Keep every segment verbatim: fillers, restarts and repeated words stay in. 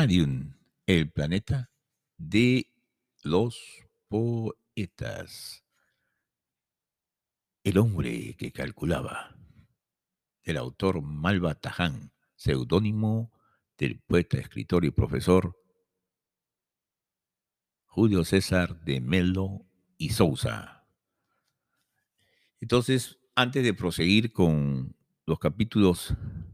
Planetarium, el planeta de los poetas. El hombre que calculaba, el autor Malva Taján, seudónimo del poeta, escritor y profesor Julio César de Melo y Sousa. Entonces, antes de proseguir con los capítulos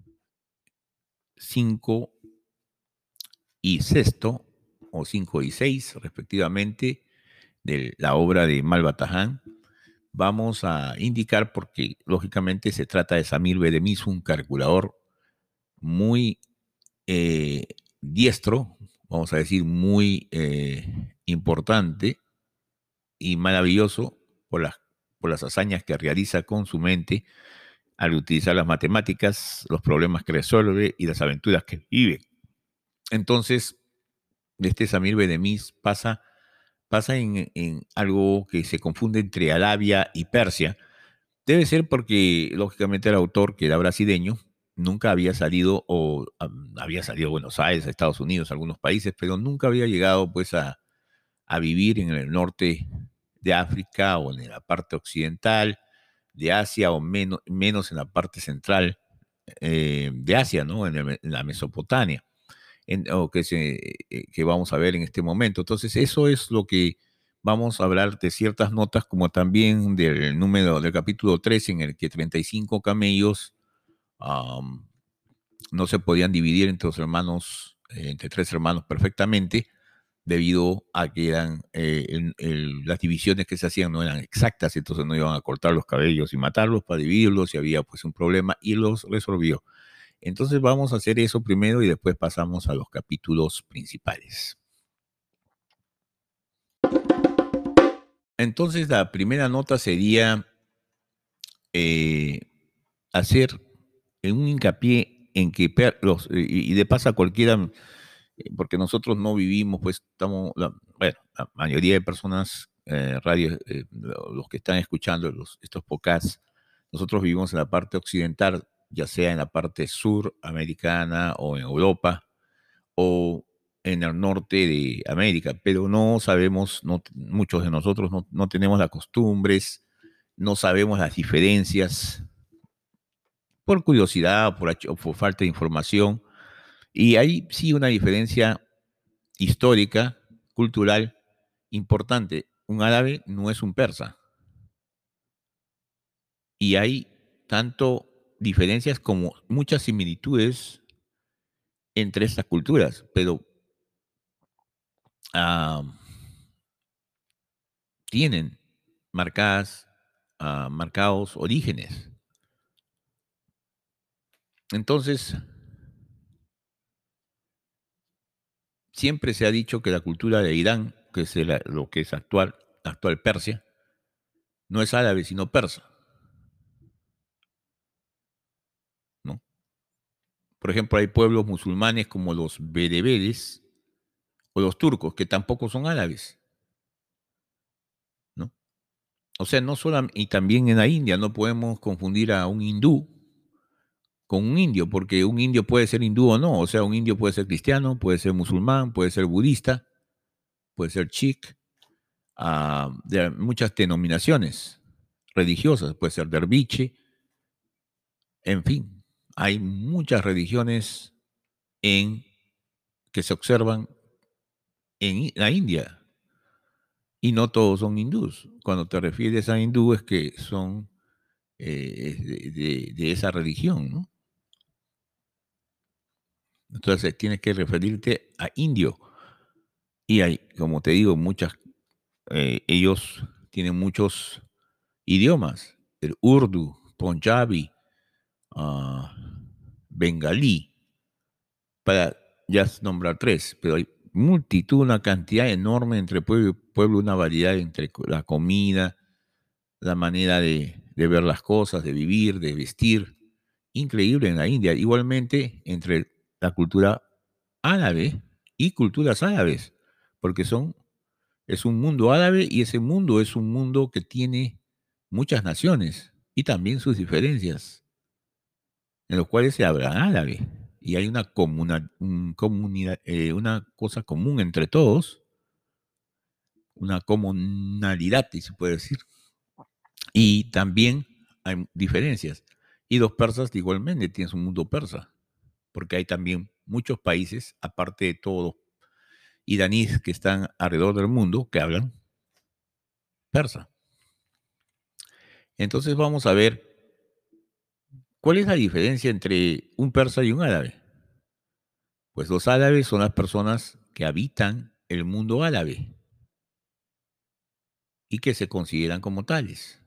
cinco y sexto, o cinco y seis respectivamente, de la obra de Malva Taján, vamos a indicar, porque lógicamente se trata de Samir Bedemis, un calculador muy eh, diestro, vamos a decir muy eh, importante y maravilloso por las, por las hazañas que realiza con su mente al utilizar las matemáticas, los problemas que resuelve y las aventuras que vive. Entonces, este Samir Bedemis pasa, pasa en, en algo que se confunde entre Arabia y Persia. Debe ser porque, lógicamente, el autor, que era brasileño, nunca había salido, o um, había salido a Buenos Aires, a Estados Unidos, a algunos países, pero nunca había llegado pues a, a vivir en el norte de África o en la parte occidental de Asia o menos, menos en la parte central eh, de Asia, ¿no? En, el, en la Mesopotamia, en, o que, se, eh, que vamos a ver en este momento. Entonces, eso es lo que vamos a hablar de ciertas notas, como también del número del capítulo tres, en el que treinta y cinco camellos um, no se podían dividir entre los hermanos, eh, entre tres hermanos perfectamente, debido a que eran eh, el, el, las divisiones que se hacían no eran exactas, entonces no iban a cortar los cabellos y matarlos para dividirlos, y había pues un problema, y los resolvió. Entonces vamos a hacer eso primero y después pasamos a los capítulos principales. Entonces la primera nota sería eh, hacer un hincapié en que los, y de paso a cualquiera, porque nosotros no vivimos, pues estamos, la, bueno, la mayoría de personas, eh, radio, eh, los que están escuchando los, estos podcasts, nosotros vivimos en la parte occidental, ya sea en la parte suramericana o en Europa o en el norte de América, pero no sabemos, no, muchos de nosotros no, no tenemos las costumbres, no sabemos las diferencias, por curiosidad por, o por falta de información. Y hay sí una diferencia histórica, cultural, importante. Un árabe no es un persa. Y hay tanto diferencias como muchas similitudes entre estas culturas, pero uh, tienen marcadas, uh, marcados orígenes. Entonces, siempre se ha dicho que la cultura de Irán, que es el, lo que es actual, actual Persia, no es árabe, sino persa, ¿no? Por ejemplo, hay pueblos musulmanes como los bereberes o los turcos, que tampoco son árabes, ¿no? O sea, no solo, y también en la India no podemos confundir a un hindú con un indio, porque un indio puede ser hindú o no. O sea, un indio puede ser cristiano, puede ser musulmán, puede ser budista, puede ser sikh, uh, de muchas denominaciones religiosas, puede ser derviche, en fin, hay muchas religiones en, que se observan en la India, y no todos son hindús. Cuando te refieres a hindú es que son eh, de, de, de esa religión, ¿no? Entonces tienes que referirte a indio. Y hay, como te digo, muchas, eh, ellos tienen muchos idiomas: el urdu, punjabi, uh, bengalí, para ya nombrar tres, pero hay multitud, una cantidad enorme entre pueblo y pueblo, una variedad entre la comida, la manera de, de ver las cosas, de vivir, de vestir, increíble en la India. Igualmente entre la cultura árabe y culturas árabes, porque son, es un mundo árabe, y ese mundo es un mundo que tiene muchas naciones y también sus diferencias, en los cuales se habla árabe y hay una, comuna, un comunidad, eh, una cosa común entre todos, una comunalidad, si se puede decir, y también hay diferencias. Y los persas igualmente tienen su mundo persa, porque hay también muchos países, aparte de todos iraníes que están alrededor del mundo, que hablan persa. Entonces vamos a ver cuál es la diferencia entre un persa y un árabe. Pues los árabes son las personas que habitan el mundo árabe y que se consideran como tales.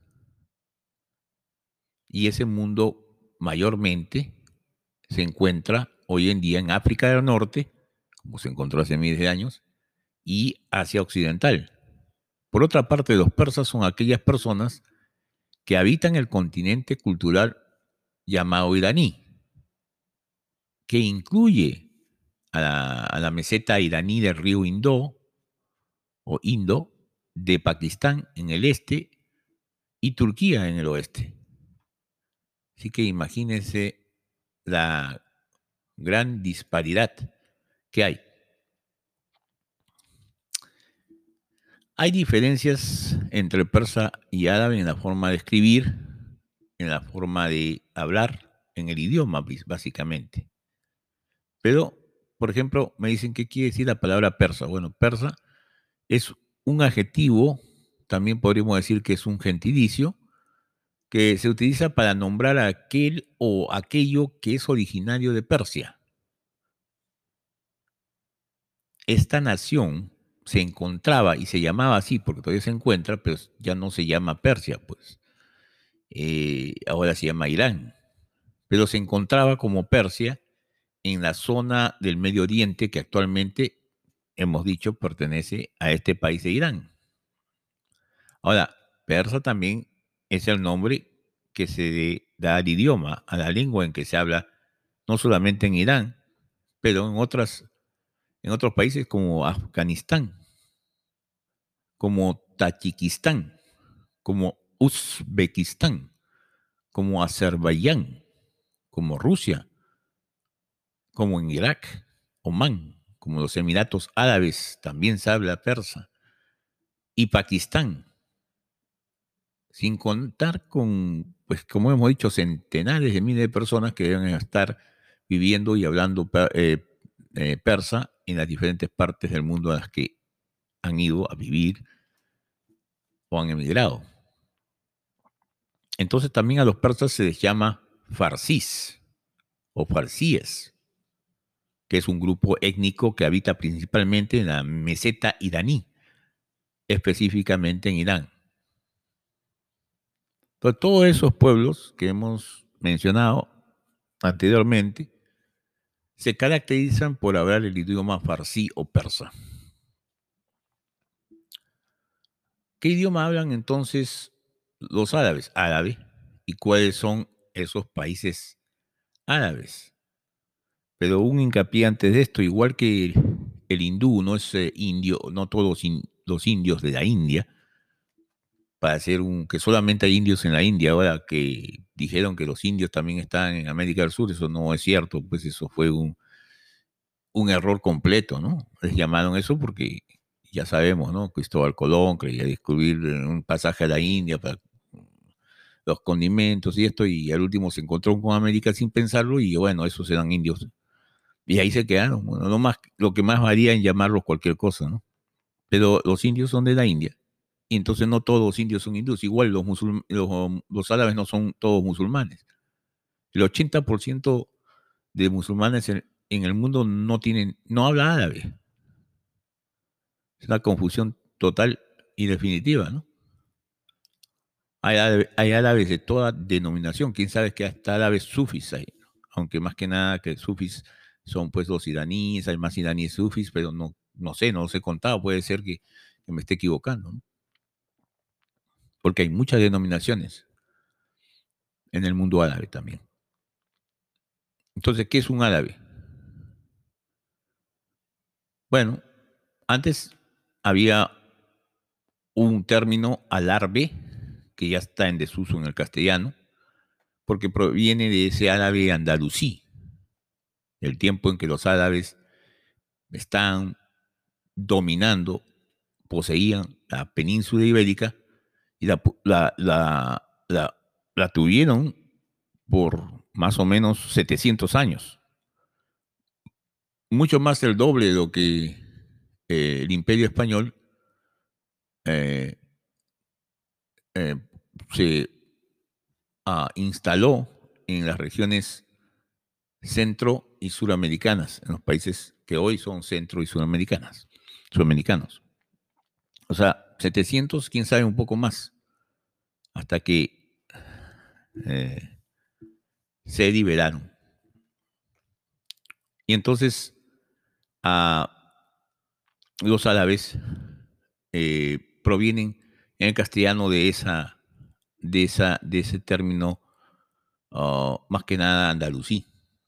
Y ese mundo mayormente se encuentra hoy en día en África del Norte, como se encontró hace miles de años, y Asia Occidental. Por otra parte, los persas son aquellas personas que habitan el continente cultural llamado iraní, que incluye a la, a la meseta iraní del río Indo o Indo, de Pakistán en el este y Turquía en el oeste. Así que imagínense la gran disparidad que hay. Hay diferencias entre persa y árabe en la forma de escribir, en la forma de hablar, en el idioma, básicamente. Pero, por ejemplo, me dicen qué quiere decir la palabra persa. Bueno, persa es un adjetivo, también podríamos decir que es un gentilicio, que se utiliza para nombrar a aquel o aquello que es originario de Persia. Esta nación se encontraba y se llamaba así, porque todavía se encuentra, pero ya no se llama Persia, pues. Eh, ahora se llama Irán. Pero se encontraba como Persia en la zona del Medio Oriente que actualmente, hemos dicho, pertenece a este país de Irán. Ahora, persa también es el nombre que se da al idioma, a la lengua en que se habla, no solamente en Irán, pero en, otras, en otros países como Afganistán, como Tayikistán, como Uzbekistán, como Azerbaiyán, como Rusia, como en Irak, Omán, como los Emiratos Árabes, también se habla persa, y Pakistán, sin contar con, pues como hemos dicho, centenares de miles de personas que deben estar viviendo y hablando eh, eh, persa en las diferentes partes del mundo a las que han ido a vivir o han emigrado. Entonces también a los persas se les llama farsís o farsíes, que es un grupo étnico que habita principalmente en la meseta iraní, específicamente en Irán. Entonces, todos esos pueblos que hemos mencionado anteriormente se caracterizan por hablar el idioma farsí o persa. ¿Qué idioma hablan entonces los árabes? Árabe. ¿Y cuáles son esos países árabes? Pero un hincapié antes de esto, igual que el hindú no es eh, indio, no todos in, los indios de la India, para hacer un, que solamente hay indios en la India, ahora que dijeron que los indios también están en América del Sur, eso no es cierto, pues eso fue un, un error completo, ¿no? Les llamaron eso porque ya sabemos, ¿no? Cristóbal Colón quería descubrir un pasaje a la India para los condimentos y esto, y al último se encontró con América sin pensarlo, y bueno, esos eran indios. Y ahí se quedaron. Bueno, no más, lo que más varía en llamarlos cualquier cosa, ¿no? Pero los indios son de la India. Y entonces no todos los indios son hindúes. Igual los, musul los, los árabes no son todos musulmanes. El ochenta por ciento de musulmanes en, en el mundo no tienen, no habla árabe. Es una confusión total y definitiva, ¿no? Hay, árabe, hay árabes de toda denominación. Quién sabe que hasta árabes sufis hay. Aunque más que nada que sufis son pues los iraníes, hay más iraníes sufis, pero no, no sé, no los he contado. Puede ser que, que me esté equivocando, ¿no? Porque hay muchas denominaciones en el mundo árabe también. Entonces, ¿qué es un árabe? Bueno, antes había un término alarbe que ya está en desuso en el castellano, porque proviene de ese árabe andalusí, el tiempo en que los árabes están dominando, poseían la península ibérica y la, la, la, la, la tuvieron por más o menos setecientos años, mucho más del doble de lo que eh, el Imperio Español eh, eh, se uh, instaló en las regiones centro y suramericanas, en los países que hoy son centro y suramericanas, sudamericanos. O sea, setecientos, quién sabe, un poco más, hasta que eh, se liberaron. Y entonces uh, los árabes eh, provienen en el castellano de esa, de esa, de ese término, uh, más que nada andalusí.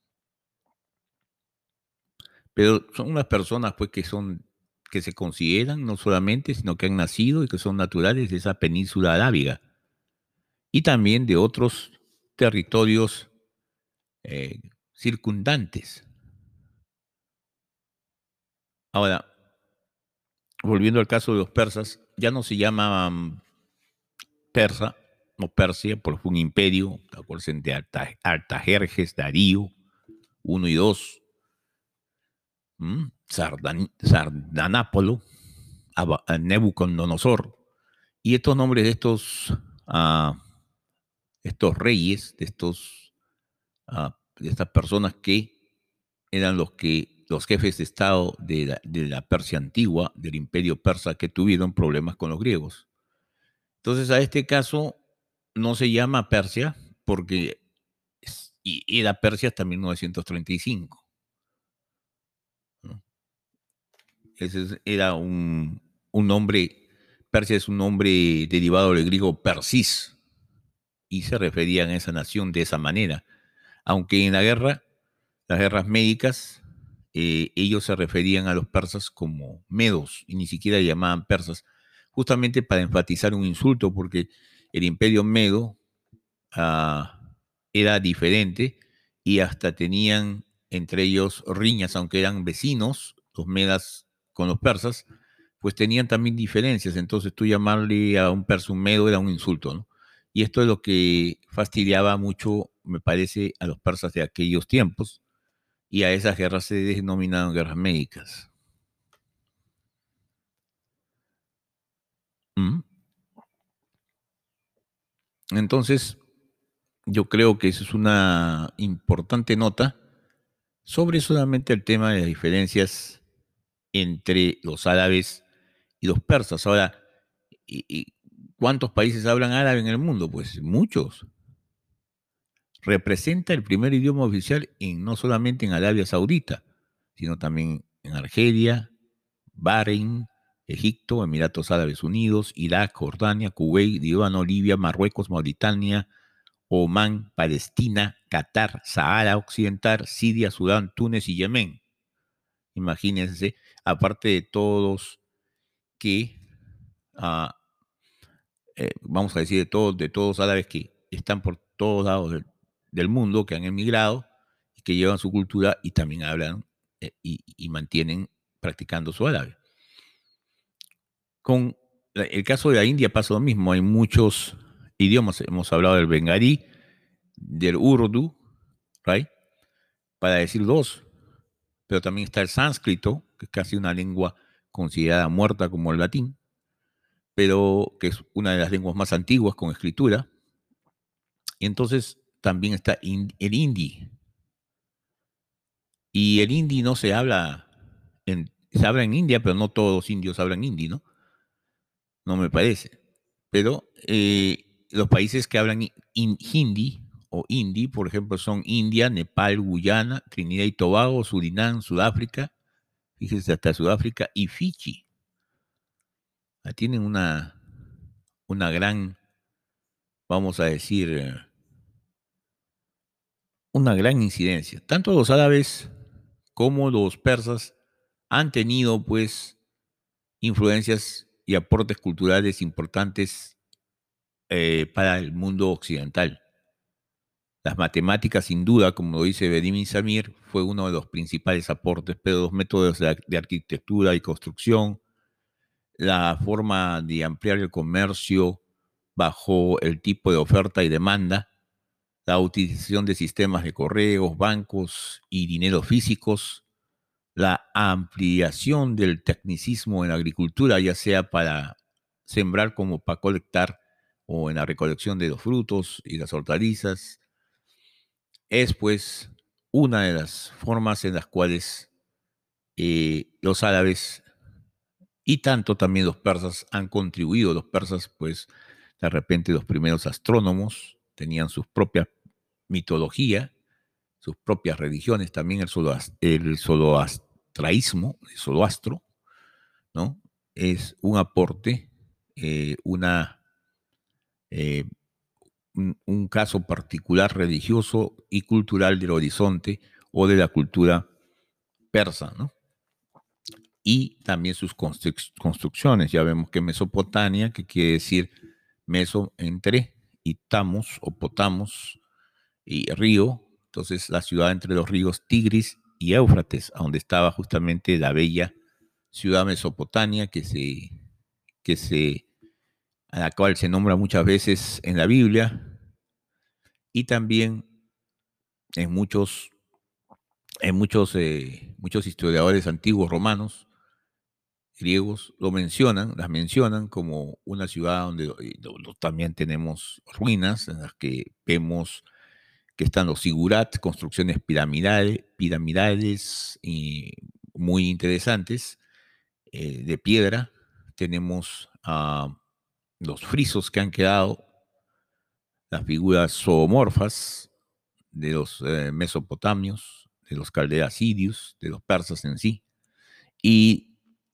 Pero son unas personas pues que son, que se consideran no solamente, sino que han nacido y que son naturales de esa península arábiga y también de otros territorios eh, circundantes. Ahora, volviendo al caso de los persas, ya no se llamaban persa o Persia, porque fue un imperio, acuérdense de Arta, Artajerjes, Darío, uno y dos, ¿m? Sardan, Sardanápolo, Nebucodonosor, y estos nombres de estos, uh, estos reyes, de, estos, uh, de estas personas que eran los que los jefes de Estado de la, de la Persia antigua, del imperio persa, que tuvieron problemas con los griegos. Entonces, a este caso no se llama Persia porque y era Persia hasta mil novecientos treinta y cinco. ¿No? Ese era un, un nombre, Persia es un nombre derivado del griego Persis, y se referían a esa nación de esa manera. Aunque en la guerra, las guerras médicas, eh, ellos se referían a los persas como medos y ni siquiera llamaban persas, justamente para enfatizar un insulto, porque el imperio medo uh, era diferente y hasta tenían entre ellos riñas, aunque eran vecinos, los medas con los persas, pues tenían también diferencias. Entonces tú llamarle a un persa un medo era un insulto, ¿no? Y esto es lo que fastidiaba mucho, me parece, a los persas de aquellos tiempos, y a esas guerras se denominaron guerras médicas. ¿Mm? Entonces, yo creo que eso es una importante nota sobre solamente el tema de las diferencias entre los árabes y los persas. Ahora, ¿y, y cuántos países hablan árabe en el mundo? Pues muchos. Representa el primer idioma oficial en, no solamente en Arabia Saudita, sino también en Argelia, Bahrein, Egipto, Emiratos Árabes Unidos, Irak, Jordania, Kuwait, Líbano, Libia, Marruecos, Mauritania, Omán, Palestina, Qatar, Sahara Occidental, Siria, Sudán, Túnez y Yemen. Imagínense, aparte de todos que, uh, eh, vamos a decir, de todos, de todos los árabes que están por todos lados del, del mundo, que han emigrado y que llevan su cultura y también hablan eh, y, y mantienen practicando su árabe. Con el caso de la India pasa lo mismo, hay muchos idiomas, hemos hablado del bengalí, del urdu, right? Para decir dos, pero también está el sánscrito, que es casi una lengua considerada muerta como el latín, pero que es una de las lenguas más antiguas con escritura. Y entonces también está el hindi. Y el hindi no se habla, en, se habla en India, pero no todos los indios hablan hindi, ¿no? No me parece. Pero eh, los países que hablan in, hindi o hindi, por ejemplo, son India, Nepal, Guyana, Trinidad y Tobago, Surinam, Sudáfrica, fíjense, hasta Sudáfrica y Fiji. Ah, tienen una, una gran, vamos a decir, una gran incidencia. Tanto los árabes como los persas han tenido, pues, influencias y aportes culturales importantes eh, para el mundo occidental. Las matemáticas, sin duda, como lo dice Bedimín Samir, fue uno de los principales aportes, pero los métodos de, de arquitectura y construcción, la forma de ampliar el comercio bajo el tipo de oferta y demanda, la utilización de sistemas de correos, bancos y dinero físicos, la ampliación del tecnicismo en la agricultura, ya sea para sembrar como para colectar o en la recolección de los frutos y las hortalizas, es pues una de las formas en las cuales eh, los árabes y tanto también los persas han contribuido. Los persas, pues, de repente los primeros astrónomos tenían su propia mitología, sus propias religiones, también el, zoroast el zoroastraísmo, el zoroastro, ¿no? Es un aporte, eh, una, eh, un, un caso particular religioso y cultural del horizonte o de la cultura persa, ¿no? Y también sus construc construcciones. Ya vemos que Mesopotamia, que quiere decir meso entre, y tamos o potamos, y río, entonces la ciudad entre los ríos Tigris y Éufrates, donde estaba justamente la bella ciudad Mesopotamia, que se, que se, a la cual se nombra muchas veces en la Biblia, y también en muchos, en muchos, eh, muchos historiadores antiguos romanos, griegos, lo mencionan, las mencionan como una ciudad donde eh, también tenemos ruinas en las que vemos que están los zigurat, construcciones piramidales, piramidales y muy interesantes, eh, de piedra. Tenemos uh, los frisos que han quedado, las figuras zoomorfas de los eh, mesopotamios, de los caldeasirios, de los persas en sí, y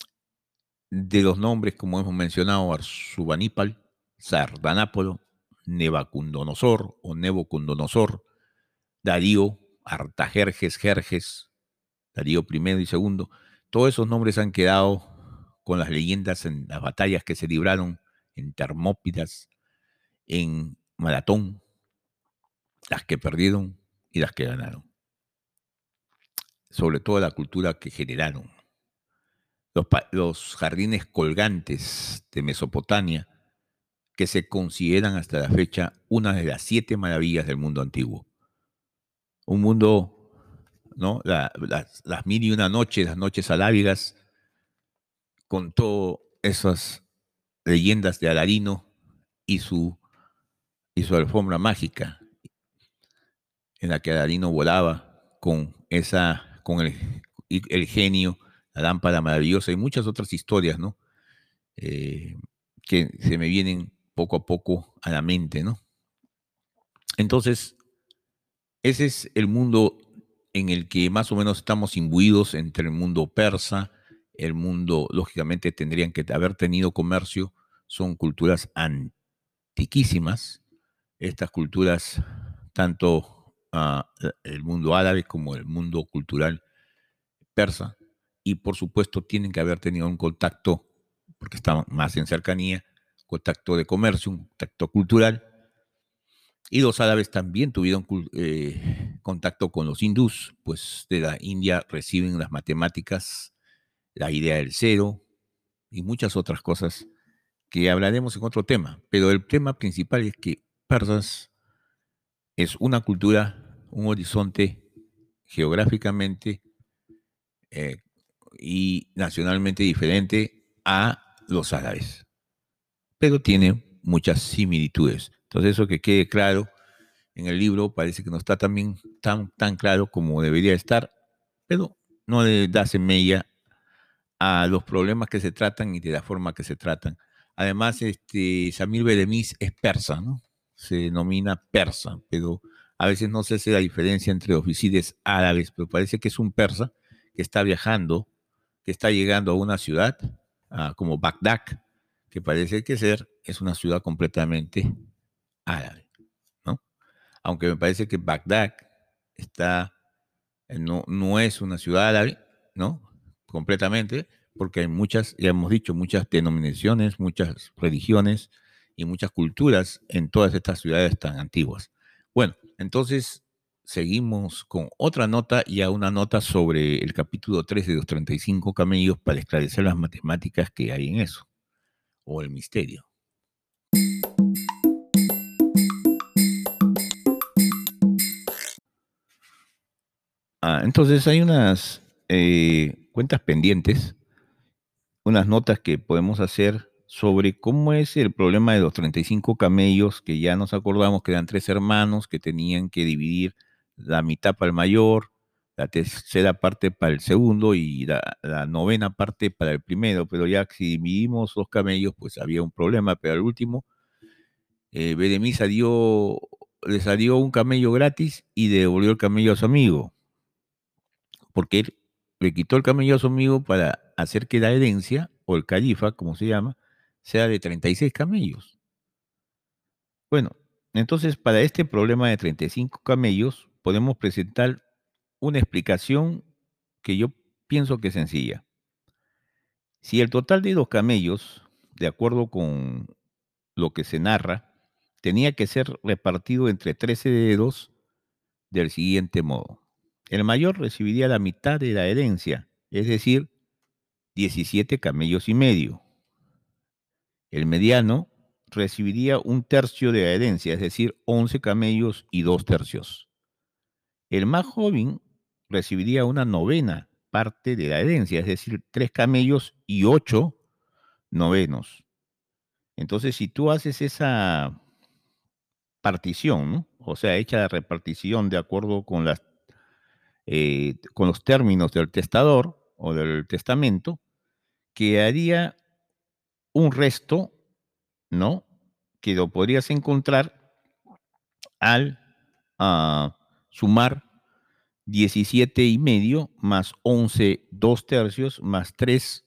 de los nombres, como hemos mencionado, Arsubanipal, Sardanápolo, Nebucodonosor o Nebucodonosor, Darío, Artajerjes, Jerjes, Darío primero y segundo. Todos esos nombres han quedado con las leyendas en las batallas que se libraron en Termópilas, en Maratón, las que perdieron y las que ganaron. Sobre todo la cultura que generaron. Los, los jardines colgantes de Mesopotamia, que se consideran hasta la fecha una de las siete maravillas del mundo antiguo. Un mundo, ¿no? La, las, las mil y una noches, las noches alábigas, con todas esas leyendas de Aladino y su, y su alfombra mágica, en la que Aladino volaba con, esa, con el, el genio, la lámpara maravillosa y muchas otras historias, ¿no? Eh, que se me vienen poco a poco a la mente, ¿no? Entonces, ese es el mundo en el que más o menos estamos imbuidos entre el mundo persa, el mundo, lógicamente, tendrían que haber tenido comercio, son culturas antiquísimas, estas culturas, tanto uh, el mundo árabe como el mundo cultural persa, y por supuesto tienen que haber tenido un contacto, porque estaban más en cercanía, contacto de comercio, un contacto cultural. Y los árabes también tuvieron eh, contacto con los hindús, pues de la India reciben las matemáticas, la idea del cero y muchas otras cosas que hablaremos en otro tema. Pero el tema principal es que persas es una cultura, un horizonte geográficamente eh, y nacionalmente diferente a los árabes, pero tiene muchas similitudes. Entonces, eso que quede claro en el libro parece que no está también tan, tan claro como debería estar, pero no le da semilla a los problemas que se tratan y de la forma que se tratan. Además, este, Samir Bedemís es persa, ¿no? Se denomina persa, pero a veces no se hace la diferencia entre los visides árabes, pero parece que es un persa que está viajando, que está llegando a una ciudad uh, como Bagdad, que parece que ser es una ciudad completamente árabe, ¿no? Aunque me parece que Bagdad está, no, no es una ciudad árabe, ¿no? Completamente, porque hay muchas, ya hemos dicho, muchas denominaciones, muchas religiones y muchas culturas en todas estas ciudades tan antiguas. Bueno, Entonces, seguimos con otra nota, ya una nota sobre el capítulo tres de los treinta y cinco camellos para esclarecer las matemáticas que hay en eso, o el misterio. Ah, entonces hay unas eh, cuentas pendientes, unas notas que podemos hacer sobre cómo es el problema de los treinta y cinco camellos, que ya nos acordamos que eran tres hermanos que tenían que dividir la mitad para el mayor, la tercera parte para el segundo y la, la novena parte para el primero, pero ya si dividimos los camellos, pues había un problema, pero al último, eh, Beremisa dio, le salió un camello gratis y devolvió el camello a su amigo, porque él le quitó el camello a su amigo para hacer que la herencia, o el califa, como se llama, sea de treinta y seis camellos. Bueno, entonces para este problema de treinta y cinco camellos podemos presentar una explicación que yo pienso que es sencilla. Si el total de los camellos, de acuerdo con lo que se narra, tenía que ser repartido entre trece dedos del siguiente modo. El mayor recibiría la mitad de la herencia, es decir, diecisiete camellos y medio. El mediano recibiría un tercio de la herencia, es decir, once camellos y dos tercios. El más joven recibiría una novena parte de la herencia, es decir, tres camellos y ocho novenos. Entonces, si tú haces esa partición, ¿no? O sea, hecha la repartición de acuerdo con, las, eh, con los términos del testador o del testamento, quedaría un resto, ¿no? Que lo podrías encontrar al uh, sumar diecisiete y medio más once, dos tercios más tres,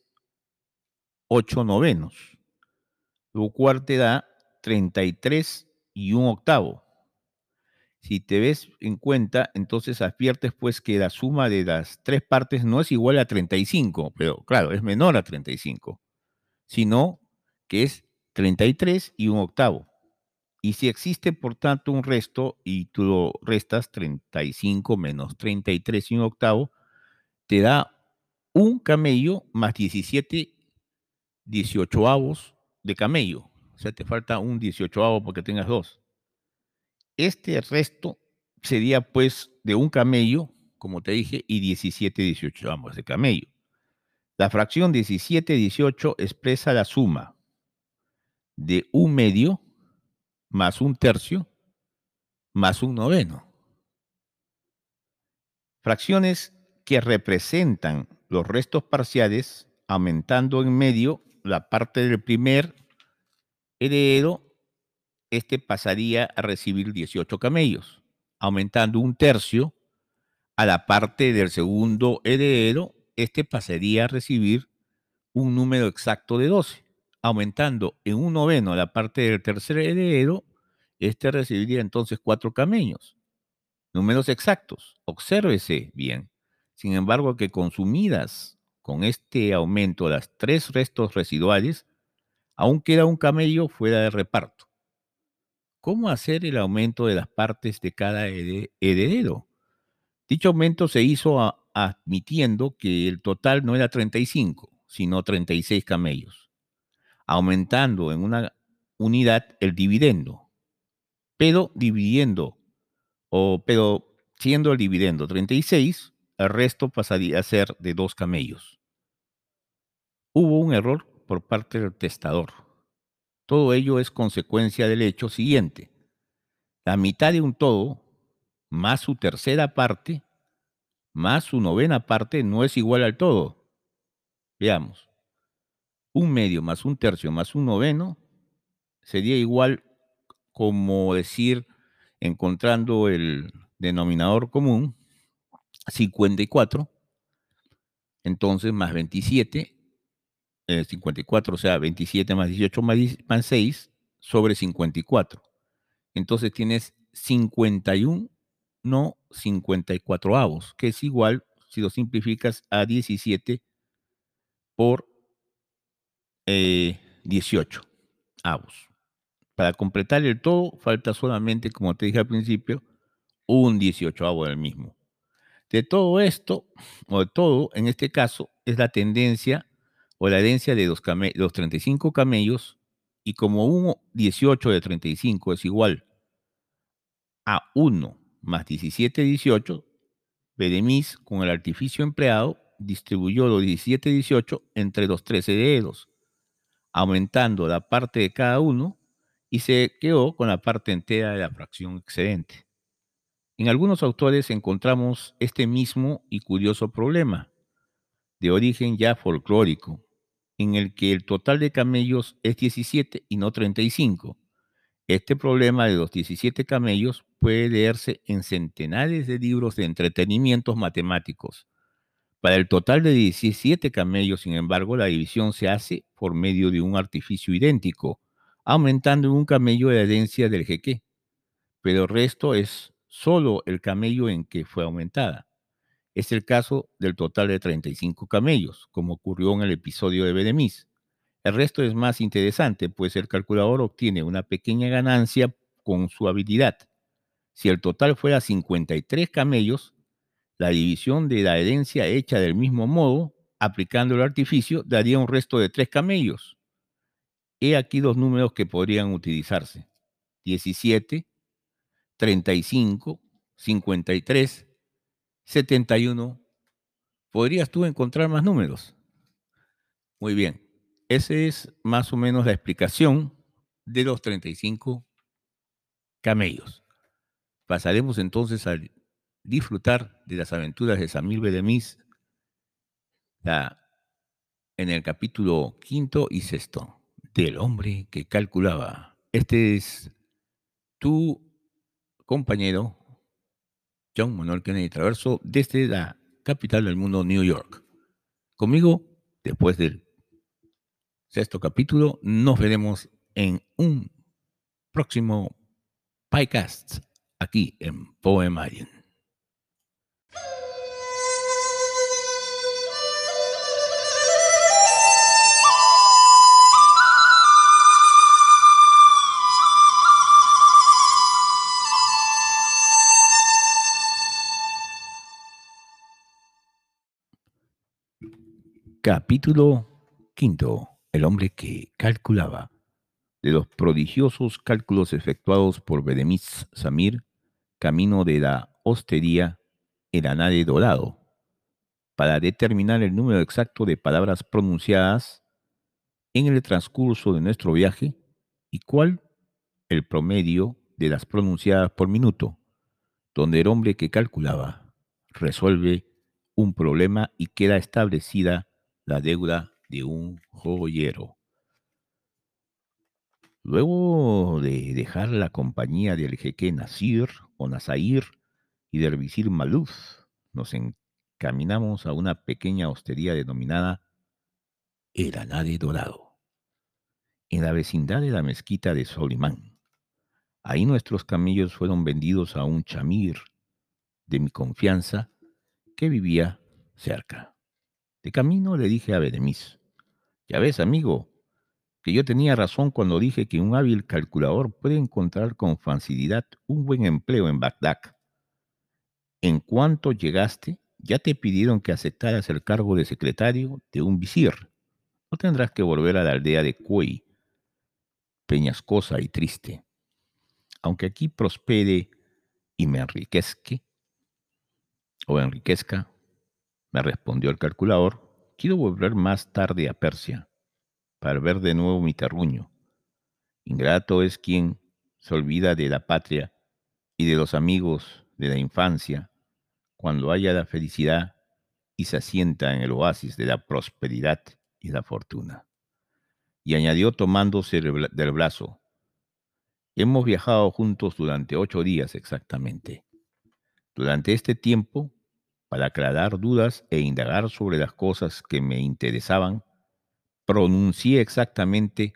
ocho novenos, lo cual te da treinta y tres y un octavo. Si te ves en cuenta, entonces adviertes pues que la suma de las tres partes no es igual a treinta y cinco, pero claro, es menor a treinta y cinco, sino que es treinta y tres y un octavo. Y si existe, por tanto, un resto y tú lo restas treinta y cinco menos treinta y tres y un octavo, te da un camello más diecisiete dieciochoavos de camello. O sea, te falta un dieciochoavo porque tengas dos. Este resto sería pues de un camello, como te dije, y diecisiete dieciochoavos de camello. La fracción diecisiete dieciocho expresa la suma de un medio más un tercio más un noveno. Fracciones que representan los restos parciales, aumentando en medio la parte del primer heredero, este pasaría a recibir dieciocho camellos, aumentando un tercio a la parte del segundo heredero, este pasaría a recibir un número exacto de doce, aumentando en un noveno a la parte del tercer heredero, este recibiría entonces cuatro camellos. Números exactos, obsérvese bien. Sin embargo, que consumidas con este aumento las tres restos residuales, aún queda un camello fuera de reparto. ¿Cómo hacer el aumento de las partes de cada heredero? Dicho aumento se hizo a, admitiendo que el total no era treinta y cinco, sino treinta y seis camellos, aumentando en una unidad el dividendo, pero dividiendo o, pero siendo el dividendo treinta y seis, el resto pasaría a ser de dos camellos. Hubo un error por parte del testador. Todo ello es consecuencia del hecho siguiente. La mitad de un todo, más su tercera parte, más su novena parte, no es igual al todo. Veamos. Un medio más un tercio más un noveno sería igual como decir, encontrando el denominador común, cincuenta y cuatro. Entonces, más veintisiete, eh, cincuenta y cuatro, o sea, veintisiete más dieciocho más, más seis sobre cincuenta y cuatro. Entonces tienes cincuenta y uno, no cincuenta y cuatro avos, que es igual, si lo simplificas, a diecisiete por eh, dieciocho avos. Para completar el todo, falta solamente, como te dije al principio, un dieciochoavo del mismo. De todo esto, o de todo, en este caso, es la tendencia o la herencia de los, came- los treinta y cinco camellos, y como un dieciocho de treinta y cinco es igual a uno más diecisiete dieciocho, Bedemis, con el artificio empleado, distribuyó los diecisiete dieciocho entre los trece dedos, aumentando la parte de cada uno y se quedó con la parte entera de la fracción excedente. En algunos autores encontramos este mismo y curioso problema, de origen ya folclórico, en el que el total de camellos es diecisiete y no treinta y cinco. Este problema de los diecisiete camellos puede leerse en centenares de libros de entretenimientos matemáticos. Para el total de diecisiete camellos, sin embargo, la división se hace por medio de un artificio idéntico, aumentando en un camello la herencia del jeque, pero el resto es solo el camello en que fue aumentada. Es el caso del total de treinta y cinco camellos, como ocurrió en el episodio de Bedemis. El resto es más interesante, pues el calculador obtiene una pequeña ganancia con su habilidad. Si el total fuera cincuenta y tres camellos, la división de la herencia hecha del mismo modo, aplicando el artificio, daría un resto de tres camellos. He aquí los números que podrían utilizarse: diecisiete, treinta y cinco, cincuenta y tres, setenta y uno. ¿Podrías tú encontrar más números? Muy bien. Esa es más o menos la explicación de los treinta y cinco camellos. Pasaremos entonces a disfrutar de las aventuras de Samir Bedemis la, en el capítulo quinto y sexto del hombre que calculaba. Este es tu compañero John Manuel Kennedy Traverso desde la capital del mundo, New York. Conmigo, después del sexto capítulo, nos veremos en un próximo podcast aquí en Poemarium. Capítulo quinto. El hombre que calculaba. De los prodigiosos cálculos efectuados por Bedemis Samir, camino de la hostería El Anade Dorado, para determinar el número exacto de palabras pronunciadas en el transcurso de nuestro viaje y cuál el promedio de las pronunciadas por minuto, donde el hombre que calculaba resuelve un problema y queda establecida la deuda de un joyero. Luego de dejar la compañía del jeque Nasir o Nasair y del visir Maluf, nos encaminamos a una pequeña hostería denominada El Anade Dorado, en la vecindad de la mezquita de Solimán. Ahí nuestros camellos fueron vendidos a un chamir de mi confianza que vivía cerca. De camino le dije a Bedemis: ya ves, amigo, que yo tenía razón cuando dije que un hábil calculador puede encontrar con facilidad un buen empleo en Bagdad. En cuanto llegaste, ya te pidieron que aceptaras el cargo de secretario de un visir. No tendrás que volver a la aldea de Cuey, peñascosa y triste. Aunque aquí prospere y me enriquezca, o enriquezca, me respondió el calculador, quiero volver más tarde a Persia para ver de nuevo mi terruño. Ingrato es quien se olvida de la patria y de los amigos de la infancia cuando haya la felicidad y se asienta en el oasis de la prosperidad y la fortuna. Y añadió tomándose del brazo: hemos viajado juntos durante ocho días exactamente. Durante este tiempo, para aclarar dudas e indagar sobre las cosas que me interesaban, pronuncié exactamente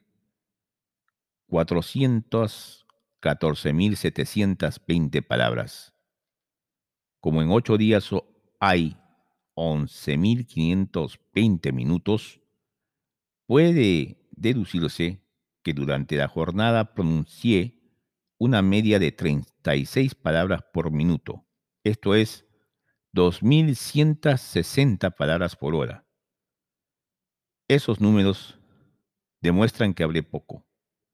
cuatrocientas catorce mil setecientas veinte palabras. Como en ocho días hay once mil quinientos veinte minutos, puede deducirse que durante la jornada pronuncié una media de treinta y seis palabras por minuto. Esto es dos mil ciento sesenta palabras por hora. Esos números demuestran que hablé poco.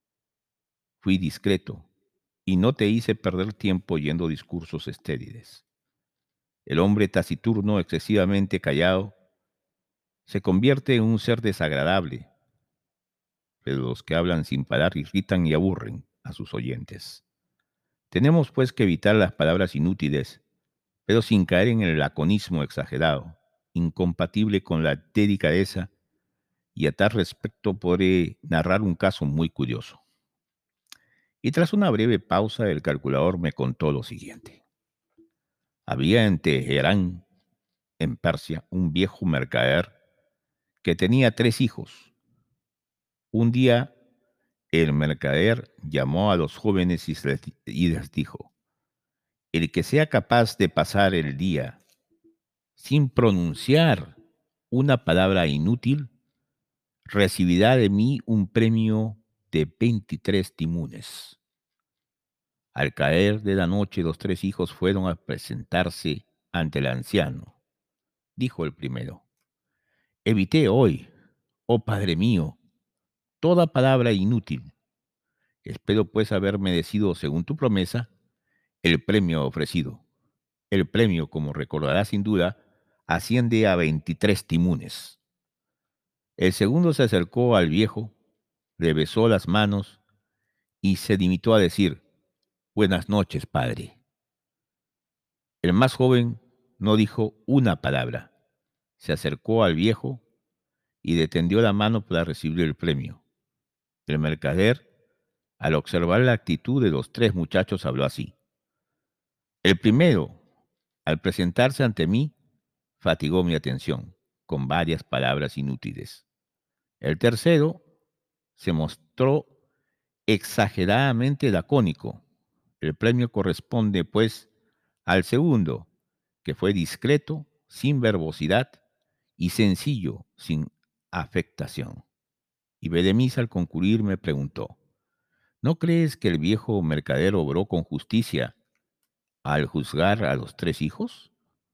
Fui discreto y no te hice perder tiempo oyendo discursos estériles. El hombre taciturno, excesivamente callado, se convierte en un ser desagradable, pero los que hablan sin parar irritan y aburren a sus oyentes. Tenemos pues que evitar las palabras inútiles, pero sin caer en el laconismo exagerado, incompatible con la delicadeza, y a tal respecto podré narrar un caso muy curioso. Y tras una breve pausa, el calculador me contó lo siguiente. Había en Teherán, en Persia, un viejo mercader que tenía tres hijos. Un día, el mercader llamó a los jóvenes y les, y les dijo, el que sea capaz de pasar el día sin pronunciar una palabra inútil, recibirá de mí un premio de veintitrés timunes. Al caer de la noche, los tres hijos fueron a presentarse ante el anciano. Dijo el primero, evité hoy, oh Padre mío, toda palabra inútil. Espero pues haber merecido, según tu promesa, el premio ofrecido. El premio, como recordarás sin duda, asciende a veintitrés timunes. El segundo se acercó al viejo, le besó las manos y se limitó a decir, buenas noches, padre. El más joven no dijo una palabra. Se acercó al viejo y le tendió la mano para recibir el premio. El mercader, al observar la actitud de los tres muchachos, habló así. El primero, al presentarse ante mí, fatigó mi atención con varias palabras inútiles. El tercero se mostró exageradamente lacónico. El premio corresponde, pues, al segundo, que fue discreto, sin verbosidad, y sencillo, sin afectación. Y Bedemis, al concluir, me preguntó, ¿no crees que el viejo mercader obró con justicia al juzgar a los tres hijos?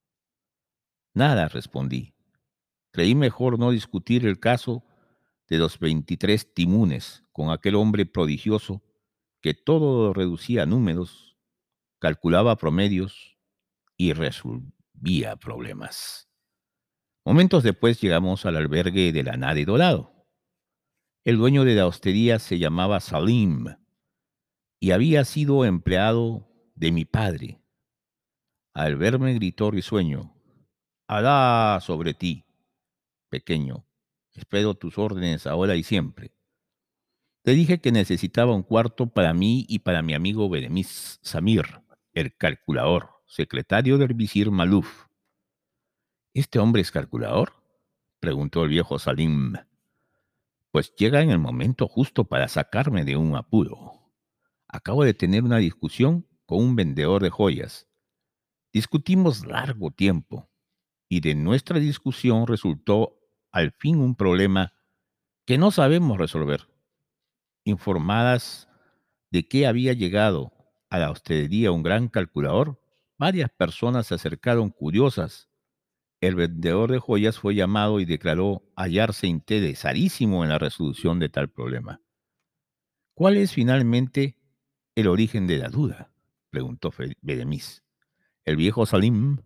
Nada, respondí. Creí mejor no discutir el caso de los veintitrés timunes con aquel hombre prodigioso que todo lo reducía a números, calculaba promedios y resolvía problemas. Momentos después llegamos al albergue de la Nade Dorado. El dueño de la hostería se llamaba Salim y había sido empleado de mi padre. Al verme gritó risueño, Alá sobre ti, pequeño, espero tus órdenes ahora y siempre. Le dije que necesitaba un cuarto para mí y para mi amigo Bedemis Samir, el calculador, secretario del visir Maluf. ¿Este hombre es calculador?, preguntó el viejo Salim. Pues llega en el momento justo para sacarme de un apuro. Acabo de tener una discusión con un vendedor de joyas. Discutimos largo tiempo y de nuestra discusión resultó al fin un problema que no sabemos resolver. Informadas de que había llegado a la hostería un gran calculador, varias personas se acercaron curiosas. El vendedor de joyas fue llamado y declaró hallarse interesadísimo en la resolución de tal problema. ¿Cuál es finalmente el origen de la duda?, preguntó Bedemis. El viejo Salim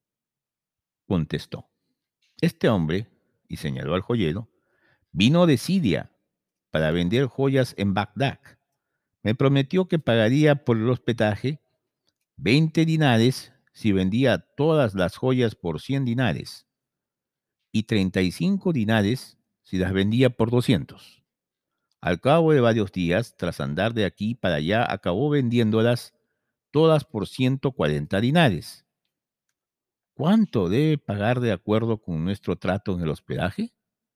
contestó. Este hombre, y señaló al joyero, vino de Siria para vender joyas en Bagdad. Me prometió que pagaría por el hospedaje veinte dinares si vendía todas las joyas por cien dinares y treinta y cinco dinares si las vendía por doscientos. Al cabo de varios días, tras andar de aquí para allá, acabó vendiéndolas todas por ciento cuarenta dinares. ¿Cuánto debe pagar de acuerdo con nuestro trato en el hospedaje?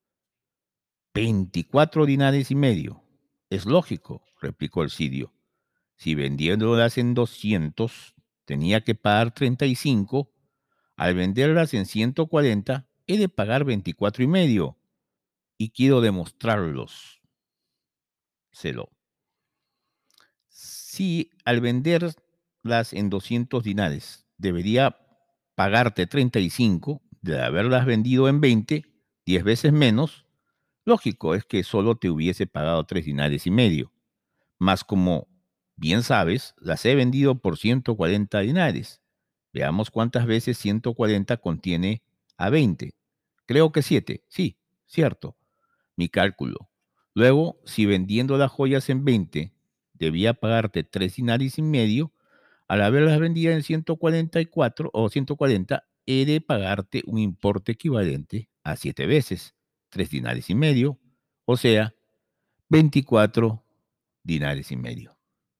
Veinticuatro dinares y medio. Es lógico, replicó el sirio. Si vendiéndolas en doscientos, tenía que pagar treinta y cinco, al venderlas en ciento cuarenta, he de pagar veinticuatro y medio. Y quiero demostrarlos. Celo. Si al venderlas en doscientos dinares debería pagarte treinta y cinco, de haberlas vendido en veinte, diez veces menos, lógico es que solo te hubiese pagado tres dinares y medio. Más como bien sabes, las he vendido por ciento cuarenta dinares. Veamos cuántas veces ciento cuarenta contiene a veinte. Creo que siete. Sí, cierto. Mi cálculo. Luego, si vendiendo las joyas en veinte debía pagarte tres dinares y medio, al haberlas vendido en ciento cuarenta y cuatro o ciento cuarenta, he de pagarte un importe equivalente a siete veces, tres dinares y medio, o sea, veinticuatro dinares y medio.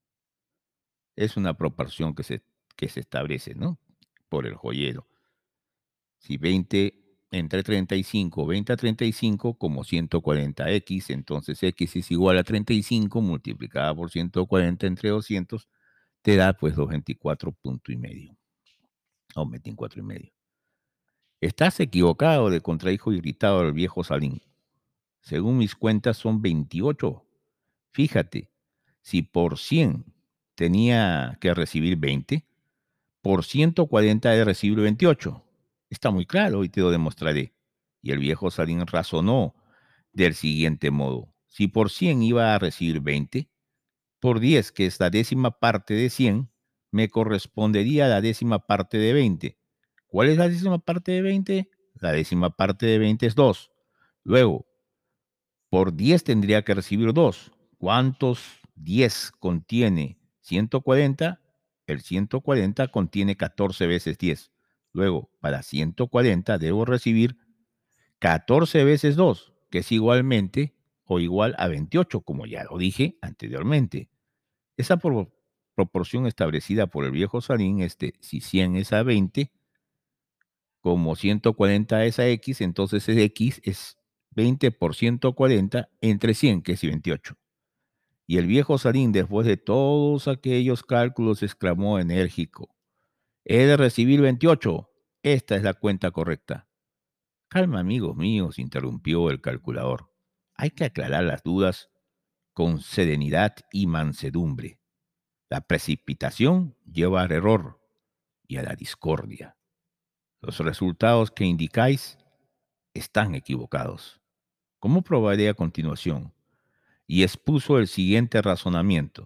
Es una proporción que se, que se establece, ¿no? Por el joyero. Si veinte entre treinta y cinco, veinte a treinta y cinco como ciento cuarenta equis, entonces X es igual a treinta y cinco multiplicada por ciento cuarenta entre doscientos, te da pues los veinticuatro puntos y medio, o veinticuatro y medio. Estás equivocado, le contradijo irritado el viejo Salín. Según mis cuentas son veintiocho. Fíjate, si por cien tenía que recibir veinte, por ciento cuarenta de recibir veintiocho. Está muy claro y te lo demostraré. Y el viejo Salín razonó del siguiente modo. Si por cien iba a recibir veinte, por diez, que es la décima parte de cien, me correspondería la décima parte de veinte. ¿Cuál es la décima parte de veinte? La décima parte de veinte es dos. Luego, por diez tendría que recibir dos. ¿Cuántos diez contiene ciento cuarenta? El ciento cuarenta contiene catorce veces diez. Luego, para ciento cuarenta debo recibir catorce veces dos, que es igualmente o igual a veintiocho, como ya lo dije anteriormente. Esa pro- proporción establecida por el viejo Salín, este, si cien es a veinte, como ciento cuarenta es a X, entonces ese X es veinte por ciento cuarenta entre cien, que es veintiocho. Y el viejo Salín, después de todos aquellos cálculos, exclamó enérgico: he de recibir veintiocho. Esta es la cuenta correcta. Calma, amigos míos, interrumpió el calculador. Hay que aclarar las dudas con serenidad y mansedumbre. La precipitación lleva al error y a la discordia. Los resultados que indicáis están equivocados. ¿Cómo probaré a continuación? Y expuso el siguiente razonamiento.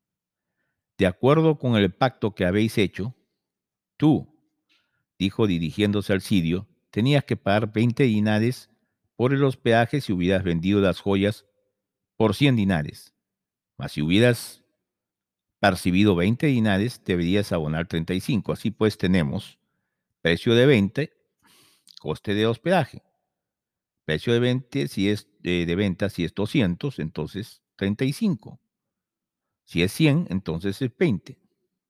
De acuerdo con el pacto que habéis hecho, tú, dijo dirigiéndose al sirio, tenías que pagar veinte dinares por el hospedaje si hubieras vendido las joyas por cien dinares. Mas si hubieras percibido veinte dinares, deberías abonar treinta y cinco. Así pues tenemos precio de veinte, coste de hospedaje. Precio de veinte si es eh, de venta, si es doscientos, entonces treinta y cinco. Si es cien, entonces es veinte.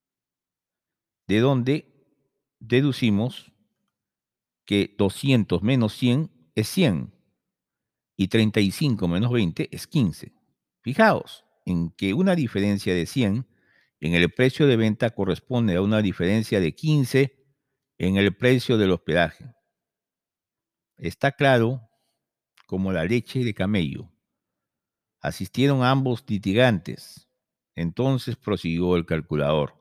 De donde deducimos que doscientos menos cien es cien y treinta y cinco menos veinte es quince. Fijaos en que una diferencia de cien en el precio de venta corresponde a una diferencia de quince en el precio del hospedaje. Está claro como la leche de camello. Asistieron ambos litigantes. Entonces prosiguió el calculador.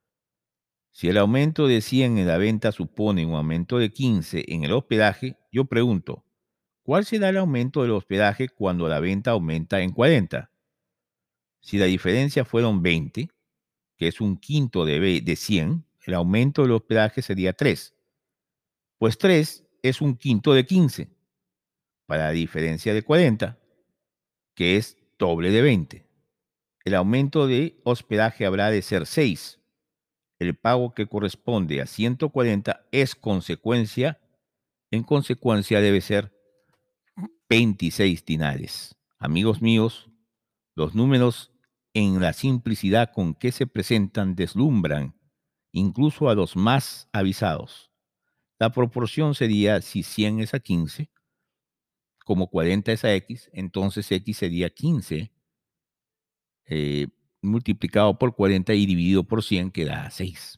Si el aumento de cien en la venta supone un aumento de quince en el hospedaje, yo pregunto, ¿cuál será el aumento del hospedaje cuando la venta aumenta en cuarenta? Si la diferencia fueron veinte, que es un quinto de, ve- de cien, el aumento del hospedaje sería tres. Pues tres es un quinto de quince, para la diferencia de cuarenta, que es doble de veinte. El aumento de hospedaje habrá de ser seis. El pago que corresponde a ciento cuarenta es consecuencia, en consecuencia debe ser veintiséis dinares. Amigos míos, los números en la simplicidad con que se presentan deslumbran incluso a los más avisados. La proporción sería, si cien es a quince, como cuarenta es a X, entonces X sería quince eh, multiplicado por cuarenta y dividido por cien, que da seis.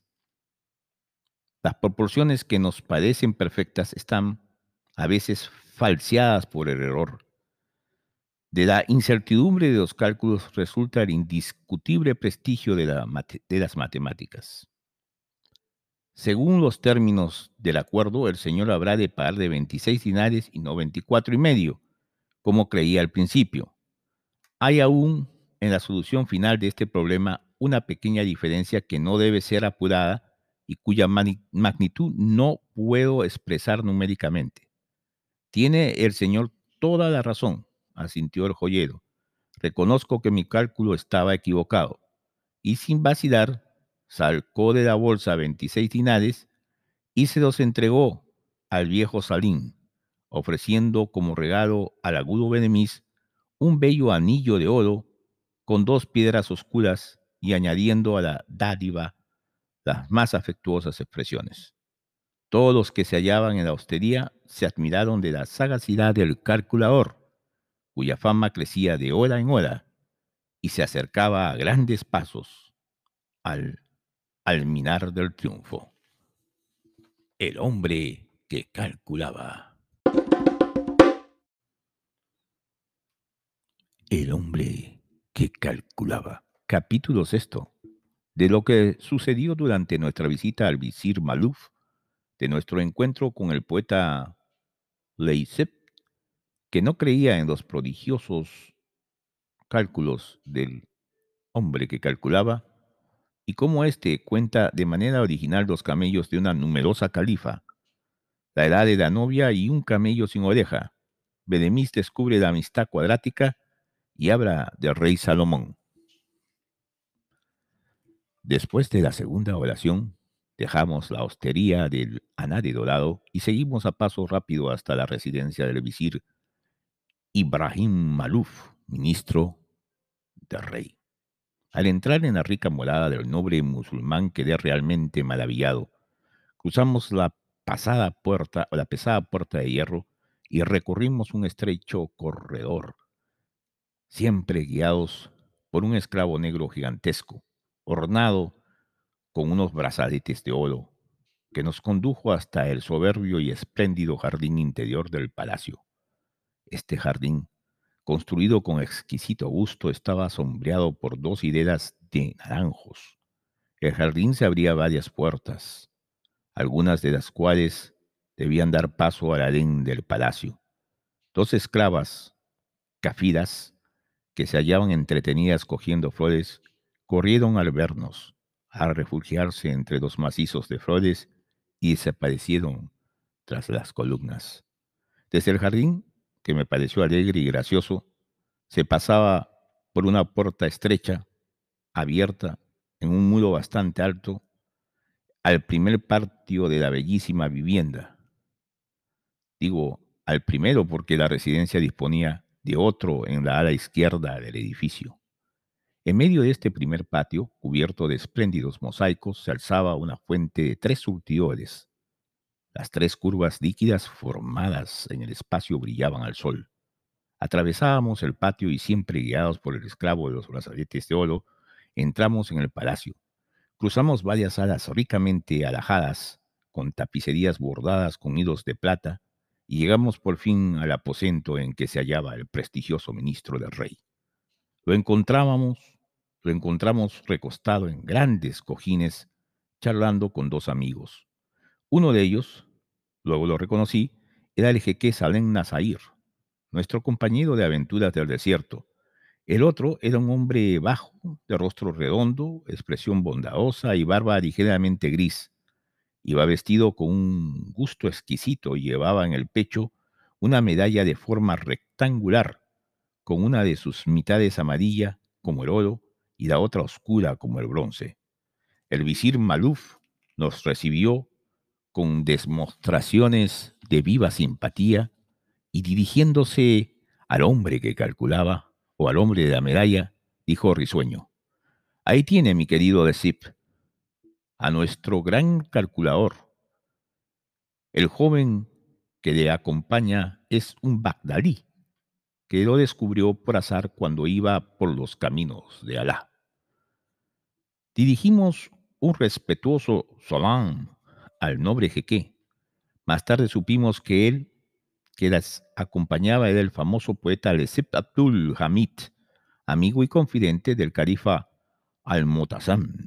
Las proporciones que nos parecen perfectas están a veces falseadas por el error. De la incertidumbre de los cálculos resulta el indiscutible prestigio de, la mate- de las matemáticas. Según los términos del acuerdo, el señor habrá de pagar de veintiséis dinares y no veinticuatro y medio, como creía al principio. Hay aún en la solución final de este problema una pequeña diferencia que no debe ser apurada y cuya mani- magnitud no puedo expresar numéricamente. Tiene el señor toda la razón, asintió el joyero. Reconozco que mi cálculo estaba equivocado. Y sin vacilar, sacó de la bolsa veintiséis dinares y se los entregó al viejo Salín, ofreciendo como regalo al agudo Benemis un bello anillo de oro con dos piedras oscuras y añadiendo a la dádiva las más afectuosas expresiones. Todos los que se hallaban en la hostería se admiraron de la sagacidad del calculador, cuya fama crecía de hora en hora y se acercaba a grandes pasos al alminar del triunfo. El hombre que calculaba. El hombre que calculaba. Capítulo sexto. De lo que sucedió durante nuestra visita al visir Maluf, de nuestro encuentro con el poeta Leisep, que no creía en los prodigiosos cálculos del hombre que calculaba, y cómo éste cuenta de manera original los camellos de una numerosa califa, la edad de la novia y un camello sin oreja. Bedemis descubre la amistad cuadrática y habla del rey Salomón. Después de la segunda oración, dejamos la hostería del Anade Dorado y seguimos a paso rápido hasta la residencia del visir Ibrahim Maluf, ministro del rey. Al entrar en la rica morada del noble musulmán quedé realmente maravillado. Cruzamos la pasada puerta o la pesada puerta de hierro y recorrimos un estrecho corredor, siempre guiados por un esclavo negro gigantesco, ornado con unos brazaletes de oro, que nos condujo hasta el soberbio y espléndido jardín interior del palacio. Este jardín, construido con exquisito gusto, estaba sombreado por dos hileras de naranjos. El jardín se abría varias puertas, algunas de las cuales debían dar paso al harén del palacio. Dos esclavas, cafiras, que se hallaban entretenidas cogiendo flores, corrieron al vernos, a refugiarse entre los macizos de flores y desaparecieron tras las columnas. Desde el jardín, que me pareció alegre y gracioso, se pasaba por una puerta estrecha, abierta en un muro bastante alto, al primer patio de la bellísima vivienda. Digo al primero porque la residencia disponía de otro en la ala izquierda del edificio. En medio de este primer patio, cubierto de espléndidos mosaicos, se alzaba una fuente de tres surtidores. Las tres curvas líquidas formadas en el espacio brillaban al sol. Atravesábamos el patio y, siempre guiados por el esclavo de los brazaletes de oro, entramos en el palacio. Cruzamos varias salas ricamente alajadas, con tapicerías bordadas con hilos de plata, y llegamos por fin al aposento en que se hallaba el prestigioso ministro del rey. Lo encontrábamos, lo encontramos recostado en grandes cojines, charlando con dos amigos. Uno de ellos, luego lo reconocí, era el jeque Salem Nazair, nuestro compañero de aventuras del desierto. El otro era un hombre bajo, de rostro redondo, expresión bondadosa y barba ligeramente gris. Iba vestido con un gusto exquisito y llevaba en el pecho una medalla de forma rectangular, con una de sus mitades amarilla como el oro y la otra oscura como el bronce. El visir Maluf nos recibió con demostraciones de viva simpatía y, dirigiéndose al hombre que calculaba, o al hombre de la medalla, dijo risueño: ahí tiene, mi querido Decip, a nuestro gran calculador. El joven que le acompaña es un bagdadí, que lo descubrió por azar cuando iba por los caminos de Alá. Dirigimos un respetuoso salam al noble jeque. Más tarde supimos que él, que las acompañaba era el famoso poeta Recep Abdul Hamid, amigo y confidente del califa Al-Mu'tasim.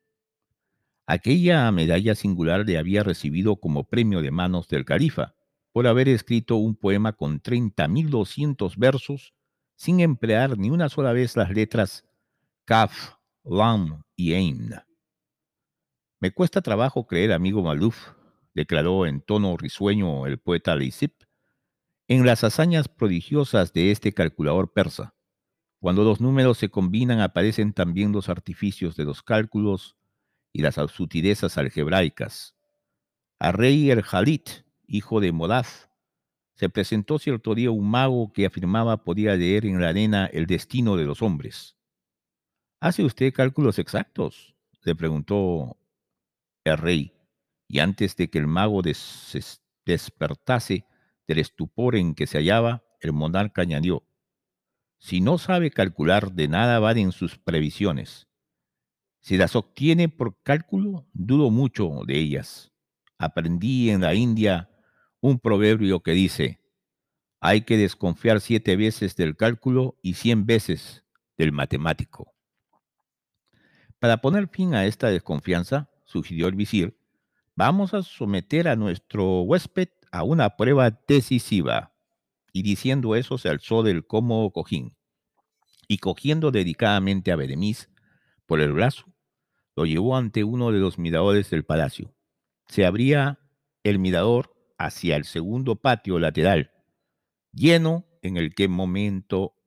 Aquella medalla singular le había recibido como premio de manos del califa por haber escrito un poema con treinta mil doscientos versos sin emplear ni una sola vez las letras Kaf, Lam y Ain. Me cuesta trabajo creer, amigo Maluf, declaró en tono risueño el poeta Leisip, en las hazañas prodigiosas de este calculador persa. Cuando los números se combinan aparecen también los artificios de los cálculos y las sutilezas algebraicas. A Rey el-Jalid, hijo de Modaz, se presentó cierto día un mago que afirmaba podía leer en la arena el destino de los hombres. ¿Hace usted cálculos exactos?, le preguntó el rey, y antes de que el mago des despertase del estupor en que se hallaba, el monarca añadió: si no sabe calcular, de nada valen sus previsiones. Si las obtiene por cálculo, dudo mucho de ellas. Aprendí en la India un proverbio que dice: hay que desconfiar siete veces del cálculo y cien veces del matemático. Para poner fin a esta desconfianza, sugirió el visir, vamos a someter a nuestro huésped a una prueba decisiva. Y diciendo eso se alzó del cómodo cojín y cogiendo delicadamente a Beremiz por el brazo, lo llevó ante uno de los miradores del palacio. Se abría el mirador hacia el segundo patio lateral, lleno en el que momento,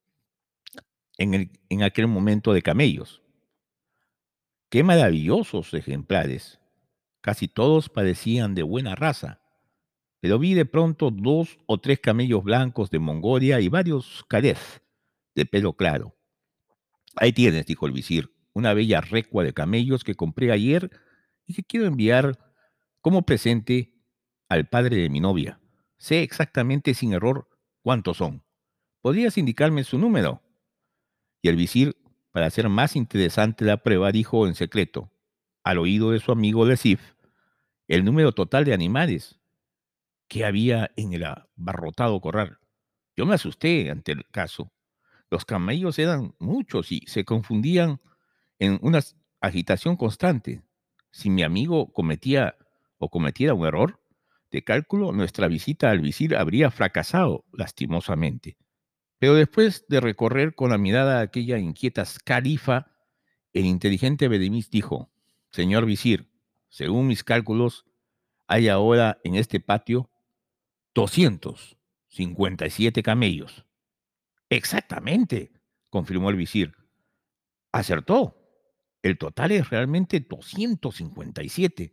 en, el, en aquel momento de camellos. ¡Qué maravillosos ejemplares! Casi todos parecían de buena raza, pero vi de pronto dos o tres camellos blancos de Mongolia y varios calef de pelo claro. Ahí tienes, dijo el visir, una bella recua de camellos que compré ayer y que quiero enviar como presente al padre de mi novia. Sé exactamente sin error cuántos son. ¿Podrías indicarme su número? Y el visir, para hacer más interesante la prueba, dijo en secreto, al oído de su amigo Lesif, el número total de animales que había en el abarrotado corral. Yo me asusté ante el caso. Los camellos eran muchos y se confundían en una agitación constante. Si mi amigo cometía o cometiera un error de cálculo, nuestra visita al visir habría fracasado lastimosamente. Pero después de recorrer con la mirada aquella inquieta califa, el inteligente Bedemís dijo: señor visir, según mis cálculos, hay ahora en este patio doscientos cincuenta y siete camellos. Exactamente, confirmó el visir. Acertó. El total es realmente doscientos cincuenta y siete.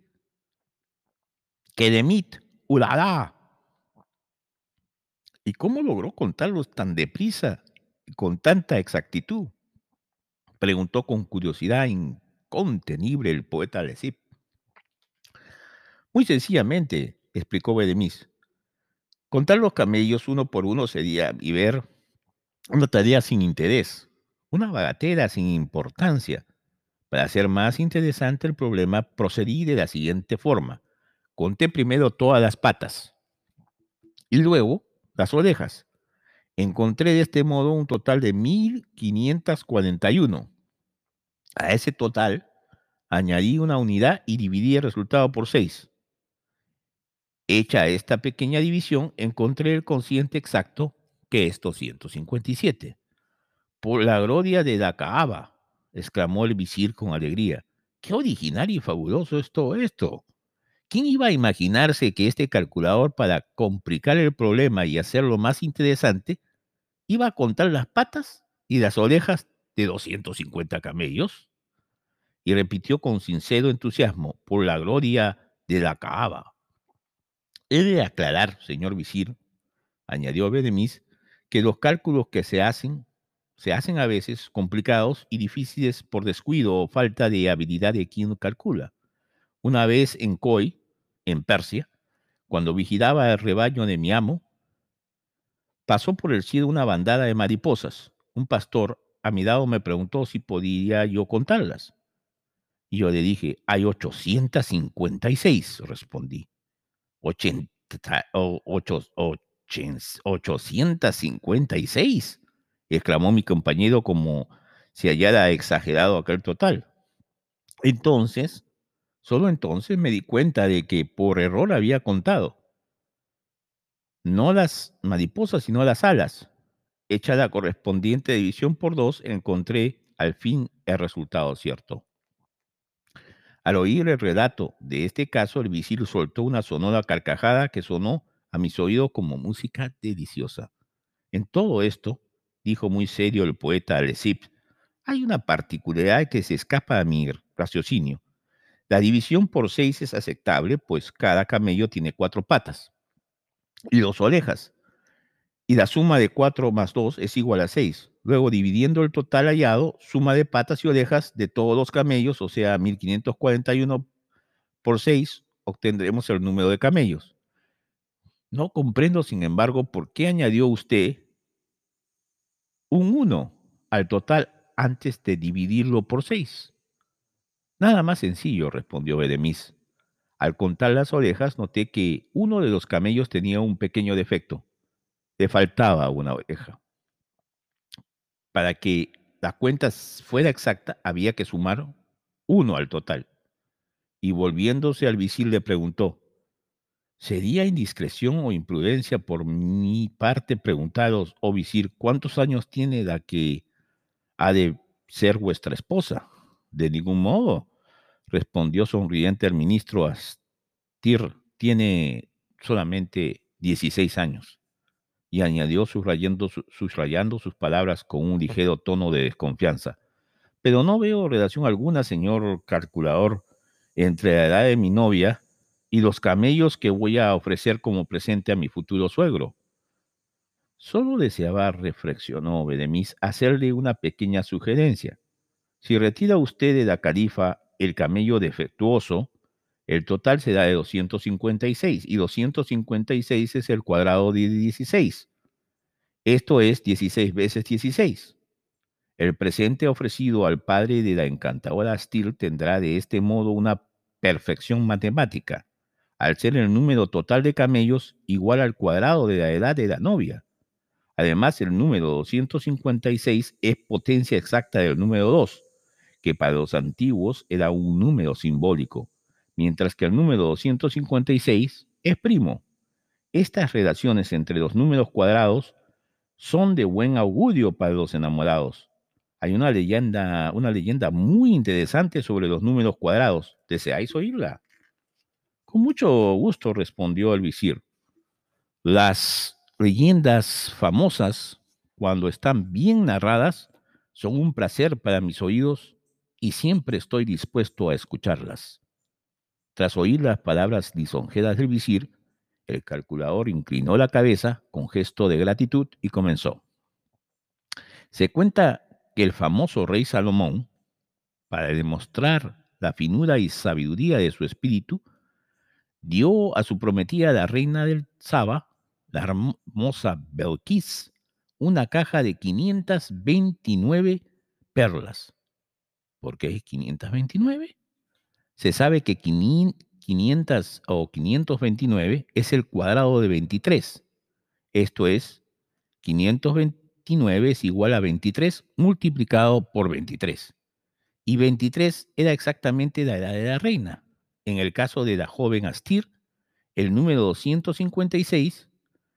¡Kedemit! ¡Ulala! ¿Y cómo logró contarlos tan deprisa y con tanta exactitud?, preguntó con curiosidad incontenible el poeta Lesip. Muy sencillamente, explicó Bedemís. Contar los camellos uno por uno sería, y ver, una tarea sin interés, una bagatela sin importancia. Para hacer más interesante el problema, procedí de la siguiente forma. Conté primero todas las patas y luego las orejas. Encontré de este modo un total de mil quinientos cuarenta y uno. A ese total añadí una unidad y dividí el resultado por seis. Hecha esta pequeña división, encontré el cociente exacto, que es doscientos cincuenta y siete. Por la gloria de la Kaaba, exclamó el visir con alegría. ¡Qué originario y fabuloso es todo esto! ¿Quién iba a imaginarse que este calculador, para complicar el problema y hacerlo más interesante, iba a contar las patas y las orejas de doscientos cincuenta camellos? Y repitió con sincero entusiasmo, por la gloria de la Kaaba. He de aclarar, señor visir, añadió Bedemís, que los cálculos que se hacen, se hacen a veces complicados y difíciles por descuido o falta de habilidad de quien calcula. Una vez en Khoi, en Persia, cuando vigilaba el rebaño de mi amo, pasó por el cielo una bandada de mariposas. Un pastor a mi lado me preguntó si podía yo contarlas. Y yo le dije, hay ochocientos cincuenta y seis, respondí. ochenta, o, ocho, ochocientos cincuenta y seis, exclamó mi compañero como si hallara exagerado aquel total. Entonces, solo entonces me di cuenta de que por error había contado. No las mariposas, sino las alas. Hecha la correspondiente división por dos, encontré al fin el resultado cierto. Al oír el relato de este caso, el visir soltó una sonora carcajada que sonó a mis oídos como música deliciosa. En todo esto, dijo muy serio el poeta Alesip, hay una particularidad que se escapa a mi raciocinio. La división por seis es aceptable, pues cada camello tiene cuatro patas y dos orejas, y la suma de cuatro más dos es igual a seis. Luego, dividiendo el total hallado, suma de patas y orejas de todos los camellos, o sea, mil quinientos cuarenta y uno por seis, obtendremos el número de camellos. No comprendo, sin embargo, por qué añadió usted un uno al total antes de dividirlo por seis. Nada más sencillo, respondió Bedemis. Al contar las orejas, noté que uno de los camellos tenía un pequeño defecto. Le faltaba una oreja. Para que la cuenta fuera exacta, había que sumar uno al total. Y volviéndose al visir le preguntó, ¿sería indiscreción o imprudencia por mi parte preguntaros, oh visir, cuántos años tiene la que ha de ser vuestra esposa? De ningún modo, respondió sonriente el ministro Astir, tiene solamente dieciséis años. Y añadió subrayando, subrayando sus palabras con un ligero tono de desconfianza. Pero no veo relación alguna, señor calculador, entre la edad de mi novia y los camellos que voy a ofrecer como presente a mi futuro suegro. Solo deseaba, reflexionó Bedemis, hacerle una pequeña sugerencia. Si retira usted de la califa el camello defectuoso, el total será de doscientos cincuenta y seis, y doscientos cincuenta y seis es el cuadrado de dieciséis. Esto es dieciséis veces dieciséis. El presente ofrecido al padre de la encantadora Steele tendrá de este modo una perfección matemática, al ser el número total de camellos igual al cuadrado de la edad de la novia. Además, el número doscientos cincuenta y seis es potencia exacta del número dos, que para los antiguos era un número simbólico, mientras que el número doscientos cincuenta y seis es primo. Estas relaciones entre los números cuadrados son de buen augurio para los enamorados. Hay una leyenda, una leyenda muy interesante sobre los números cuadrados. ¿Deseáis oírla? Con mucho gusto, respondió el visir. Las leyendas famosas, cuando están bien narradas, son un placer para mis oídos y siempre estoy dispuesto a escucharlas. Tras oír las palabras lisonjeras del visir, el calculador inclinó la cabeza con gesto de gratitud y comenzó. Se cuenta que el famoso rey Salomón, para demostrar la finura y sabiduría de su espíritu, dio a su prometida, la reina del Saba, la hermosa Belkis, una caja de quinientas veintinueve perlas. ¿Por qué quinientas veintinueve? Se sabe que quinientas o quinientos veintinueve es el cuadrado de veintitrés. Esto es, quinientos veintinueve es igual a veintitrés multiplicado por veintitrés. Y veintitrés era exactamente la edad de la reina. En el caso de la joven Astir, el número doscientos cincuenta y seis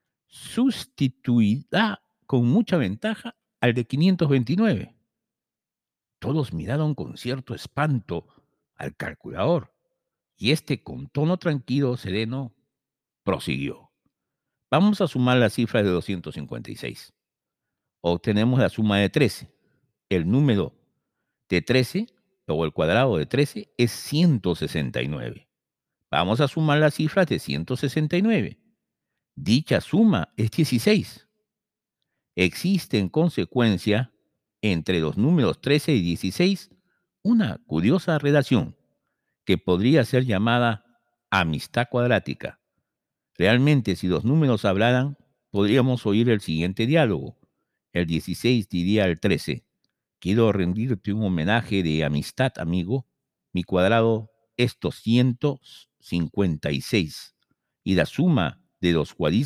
sustituirá con mucha ventaja al de quinientos veintinueve. Todos miraron con cierto espanto al calculador, y este, con tono tranquilo, sereno, prosiguió. Vamos a sumar las cifras de doscientos cincuenta y seis. Obtenemos la suma de trece. El número de trece, o el cuadrado de trece, es ciento sesenta y nueve. Vamos a sumar las cifras de ciento sesenta y nueve. Dicha suma es dieciséis. Existe, en consecuencia, entre los números trece y dieciséis, una curiosa relación que podría ser llamada amistad cuadrática. Realmente, si los números hablaran, podríamos oír el siguiente diálogo. El dieciséis diría al trece, quiero rendirte un homenaje de amistad, amigo. Mi cuadrado es doscientos cincuenta y seis, y la suma de los cuadrismos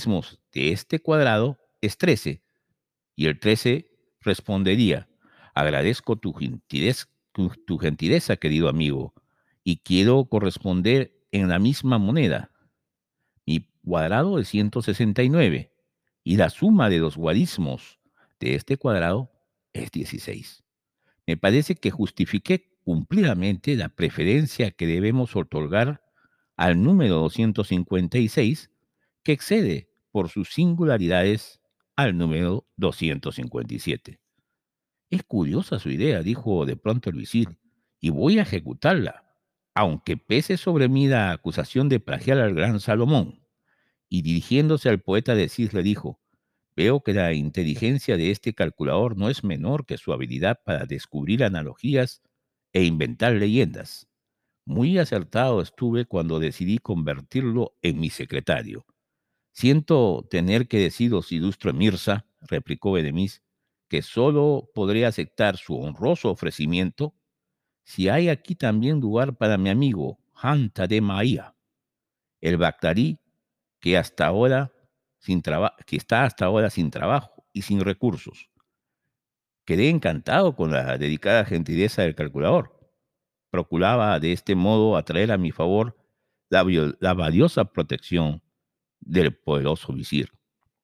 de este cuadrado es trece. Y el trece respondería, agradezco tu gentileza, tu, tu gentileza, querido amigo, y quiero corresponder en la misma moneda. Mi cuadrado es ciento sesenta y nueve y la suma de los guarismos de este cuadrado es dieciséis. Me parece que justifiqué cumplidamente la preferencia que debemos otorgar al número doscientos cincuenta y seis, que excede por sus singularidades al número doscientos cincuenta y siete. Es curiosa su idea, dijo de pronto el visir, y voy a ejecutarla, aunque pese sobre mí la acusación de plagiar al gran Salomón. Y dirigiéndose al poeta de Cis le dijo, veo que la inteligencia de este calculador no es menor que su habilidad para descubrir analogías e inventar leyendas. Muy acertado estuve cuando decidí convertirlo en mi secretario. Siento tener que deciros, ilustre Mirza, replicó Bedemis, que solo podré aceptar su honroso ofrecimiento si hay aquí también lugar para mi amigo Hanta de Maía, el Bactarí que hasta ahora sin traba- que está hasta ahora sin trabajo y sin recursos. Quedé encantado con la dedicada gentileza del calculador. Procuraba de este modo atraer a mi favor la, vio- la valiosa protección del poderoso visir.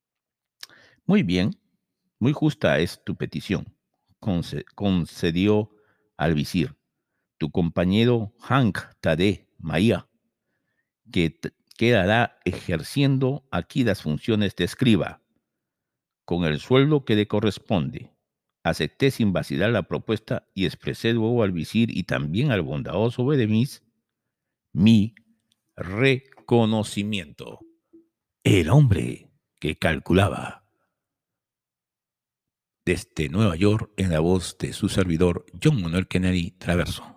Muy bien, muy justa es tu petición, conce- concedió al visir. Tu compañero Hank Tadé Maía, que t- quedará ejerciendo aquí las funciones de escriba, con el sueldo que le corresponde. Acepté sin vacilar la propuesta y expresé luego al visir y también al bondadoso Bedemis mi reconocimiento. El hombre que calculaba. Desde Nueva York, en la voz de su servidor, John Manuel Kennedy Traverso.